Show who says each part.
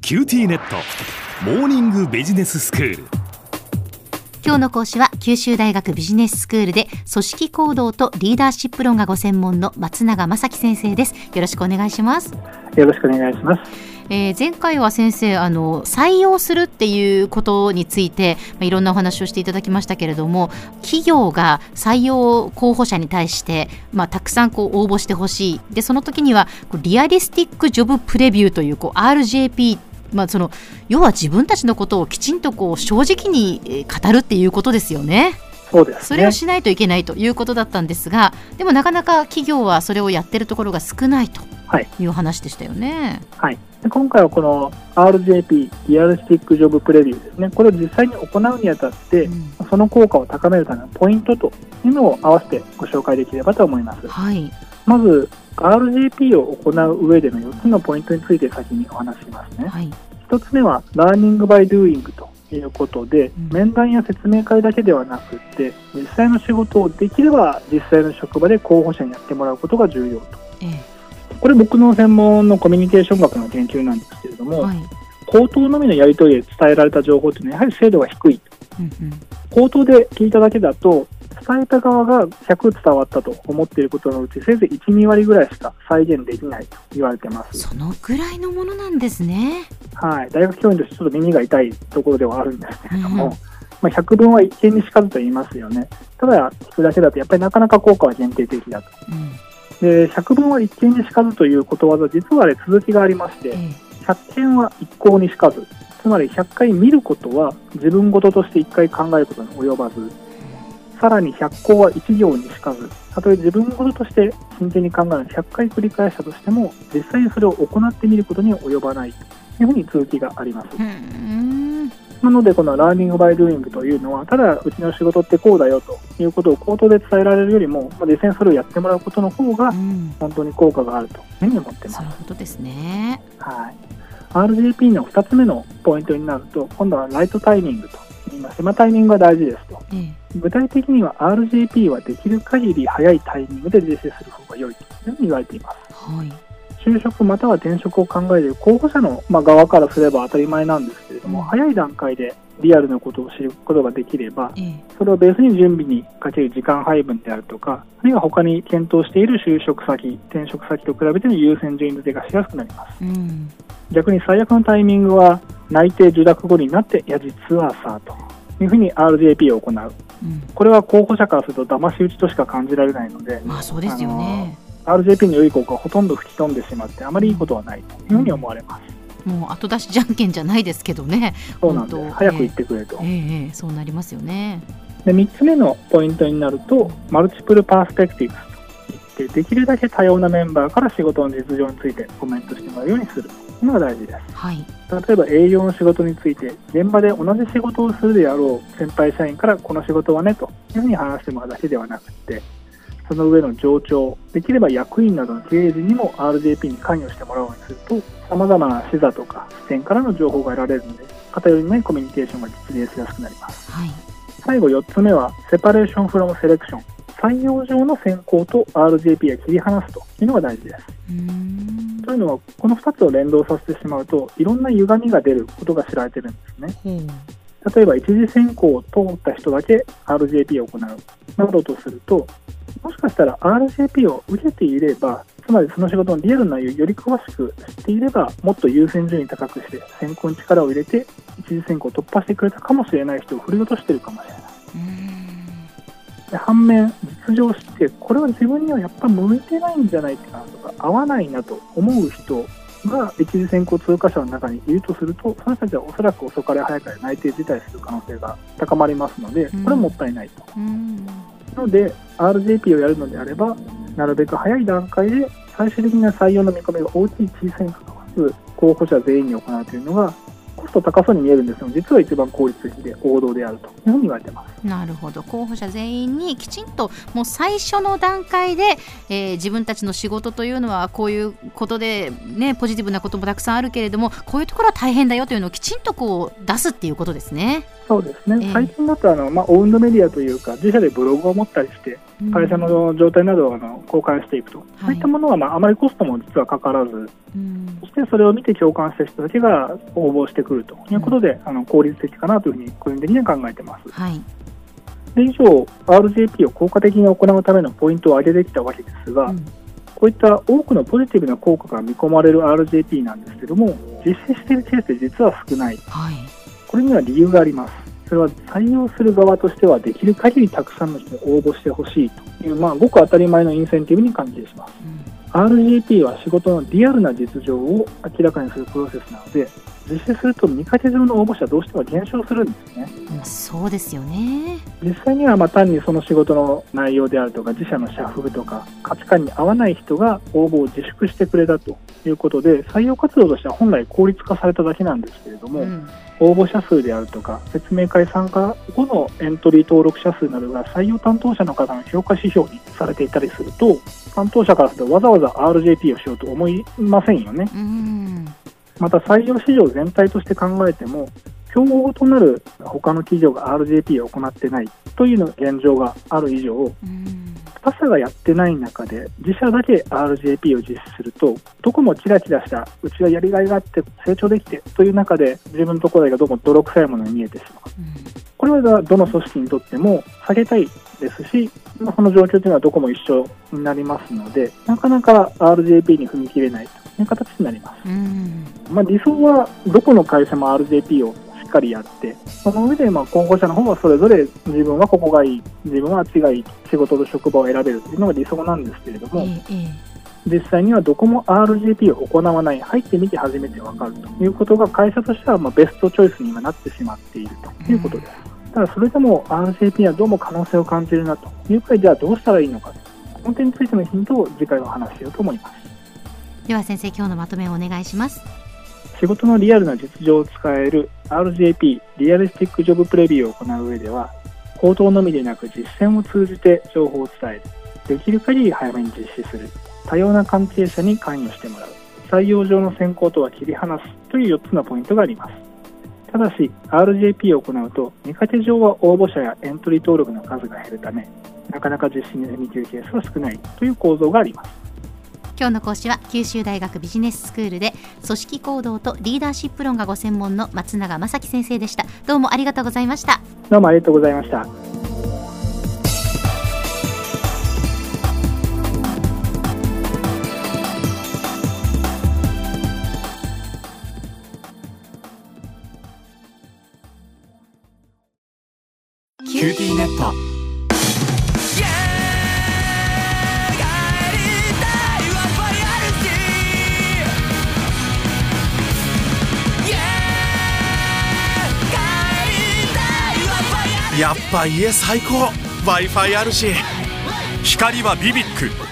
Speaker 1: キューティーネットモーニングビジネススクール。
Speaker 2: 今日の講師は九州大学ビジネススクールで組織行動とリーダーシップ論がご専門の松永正樹先生です。よろしくお願いします。
Speaker 3: よろしくお願いします。
Speaker 2: 前回は先生採用するっていうことについて、いろんなお話をしていただきましたけれども、企業が採用候補者に対して、たくさん応募してほしい。でその時にはリアリスティックジョブプレビューというRJP、要は自分たちのことをきちんと正直に語るっていうことですよね。
Speaker 3: そうですね。
Speaker 2: それをしないといけないということだったんですが、でもなかなか企業はそれをやってるところが少ないという話でしたよね。
Speaker 3: はい。で今回はこの RJP リアリスティックジョブプレビューですね。これを実際に行うにあたって、その効果を高めるためのポイントというのを合わせてご紹介できればと思います。
Speaker 2: はい。
Speaker 3: まず RJP を行う上での4つのポイントについて先にお話ししますね。
Speaker 2: はい。
Speaker 3: 1つ目はラーニングバイドゥーイングということで、面談や説明会だけではなくて、実際の仕事をできれば実際の職場で候補者にやってもらうことが重要と。これ僕の専門のコミュニケーション学の研究なんですけれども、口頭のみのやり取りで伝えられた情報というのはやはり精度が低い。口頭で聞いただけだと伝えた側が100伝わったと思っていることのうちせいぜい 1,2 割ぐらいしか再現できないと言われています。
Speaker 2: そのぐらいのものなんですね。
Speaker 3: はい、大学教員としてちょっと耳が痛いところではあるんですけれども、100分は一見にしかずと言いますよね。ただ聞くだけだとやっぱりなかなか効果は限定的だと。で100分は一見にしかずということわざ、実は続きがありまして、100件は一向にしかず、つまり100回見ることは自分事として1回考えることに及ばず、さらに100行は1行にしかず、たとえ自分事として真剣に考えるのを100回繰り返したとしても、実際にそれを行ってみることに及ばないというふうに続きがあります。なのでこのラーニングバイドゥーイングというのは、ただうちの仕事ってこうだよということを口頭で伝えられるよりも、実際にそれをやってもらうことの方が本当に効果があるというふうに思っています。
Speaker 2: そういうことですね。
Speaker 3: はい。RJP の2つ目のポイントになると、今度はライトタイミングと言いまして、タイミングが大事ですと。具体的には RJP はできる限り早いタイミングで実施する方が良いというふうに言われています。就職または転職を考えている候補者の側からすれば当たり前なんですけれども、早い段階でリアルなことを知ることができれば、それをベースに準備にかける時間配分であるとか、あるいは他に検討している就職先、転職先と比べての優先順位付けがしやすくなります。逆に最悪のタイミングは内定受諾後になって、いや実はさというふうに RJP を行う。これは候補者からすると騙し討ちとしか感じられないので、
Speaker 2: そうですよね。
Speaker 3: RJP の良い効果がほとんど吹き飛んでしまって、あまりいいことはないというふうに思われます。
Speaker 2: もう後出しじゃんけんじゃないですけどね。
Speaker 3: そうなんです。早く言ってくれと。
Speaker 2: そうなりますよね。
Speaker 3: で3つ目のポイントになると、マルチプルパースペクティブといって、できるだけ多様なメンバーから仕事の実情についてコメントしてもらうようにするというのが大事です。例えば営業の仕事について、現場で同じ仕事をするであろう先輩社員からこの仕事はねというふうに話してもらうだけではなくて、その上の上長、できれば役員などの経営陣にも RJP に関与してもらうようにすると、様々な視座とか視点からの情報が得られるので、偏りのないコミュニケーションが実現しやすくなります。最後4つ目はセパレーションフロムセレクション。採用上の選考と RJP を切り離すというのが大事です。というのは、この2つを連動させてしまうと、いろんな歪みが出ることが知られているんですね。例えば一次選考を通った人だけ RJP を行うなどとすると、もしかしたら RJP を受けていれば、つまりその仕事のリアルな内容をより詳しく知っていれば、もっと優先順位高くして選考に力を入れて一次選考を突破してくれたかもしれない人を振り落としているかもしれない。反面、実情を知って、これは自分にはやっぱ向いてないんじゃないかなとか、合わないなと思う人が一次選考通過者の中にいるとすると、その人たちはおそらく遅かれ早かれ内定辞退する可能性が高まりますので、これはもったいないと。なので RJP をやるのであれば、なるべく早い段階で最終的な採用の見込みが大きい小さいにかかわらず候補者全員に行うというのが、コスト高そうに見えるんですが、実は一番効率的で王道であるというふうに言われています。
Speaker 2: なるほど。候補者全員にきちんともう最初の段階で、自分たちの仕事というのはこういうことで、ね、ポジティブなこともたくさんあるけれども、こういうところは大変だよというのをきちんとこう出すっていうことですね。
Speaker 3: そうですね、最近だとオウンドメディアというか自社でブログを持ったりして会社の状態などを公開していくと、そういったものはあまりコストも実はかからず、そしてそれを見て共感した人だけが応募してくるということで、効率的かなというふうに個人的には考えています。で以上 RJP を効果的に行うためのポイントを挙げてきたわけですが、こういった多くのポジティブな効果が見込まれる RJP なんですけども、実施しているケースで実は少ない、これには理由があります。それは採用する側としてはできる限りたくさんの人に応募してほしいという、ごく当たり前のインセンティブに関係します。RJP は仕事のリアルな実情を明らかにするプロセスなので、実施すると見かけ上の応募者はどうしても減少するんですね。
Speaker 2: そうですよね。
Speaker 3: 実際には単にその仕事の内容であるとか自社の社風とか価値観に合わない人が応募を自粛してくれたということで、採用活動としては本来効率化されただけなんですけれども、応募者数であるとか説明会参加後のエントリー登録者数などが採用担当者の方の評価指標にされていたりすると、担当者からするとわざわざ RJP をしようと思いませんよね。また採用市場全体として考えても、競合となる他の企業が RJP を行ってないというの現状がある以上、他社がやってない中で自社だけ RJP を実施すると、どこもキラキラしたうちはやりがいがあって成長できてという中で、自分のところがどうも泥臭いものに見えてしまう。これはどの組織にとっても下げたいですし、その状況というのはどこも一緒になりますので、なかなか RJP に踏み切れないという形になります。理想はどこの会社も RJP をしっかりやって、その上で候補者の方はそれぞれ自分はここがいい、自分はあっちがいい、仕事と職場を選べるというのが理想なんですけれども、実際にはどこも RJP を行わない、入ってみて初めて分かるということが会社としてはベストチョイスに今なってしまっているということです。ただそれでも RJP はどうも可能性を感じるなというくらい、じゃあどうしたらいいのか、この点についてのヒントを次回は話しようと思います。
Speaker 2: では先生、今日のまとめをお願いします。
Speaker 3: 仕事のリアルな実情を使える RJP リアリスティックジョブプレビューを行う上では、口頭のみでなく実践を通じて情報を伝える、できる限り早めに実施する、多様な関係者に関与してもらう、採用上の選考とは切り離すという4つのポイントがあります。ただし RJP を行うと見かけ上は応募者やエントリー登録の数が減るため、なかなか実施に踏み切るケースは少ないという構造があります。
Speaker 2: 今日の講師は九州大学ビジネススクールで組織行動とリーダーシップ論がご専門の松永正樹先生でした。どうもありがとうございました。
Speaker 3: どうもありがとうございました。
Speaker 1: キューティーネットやっぱ家最高。 Wi-Fi あるし、光はビビック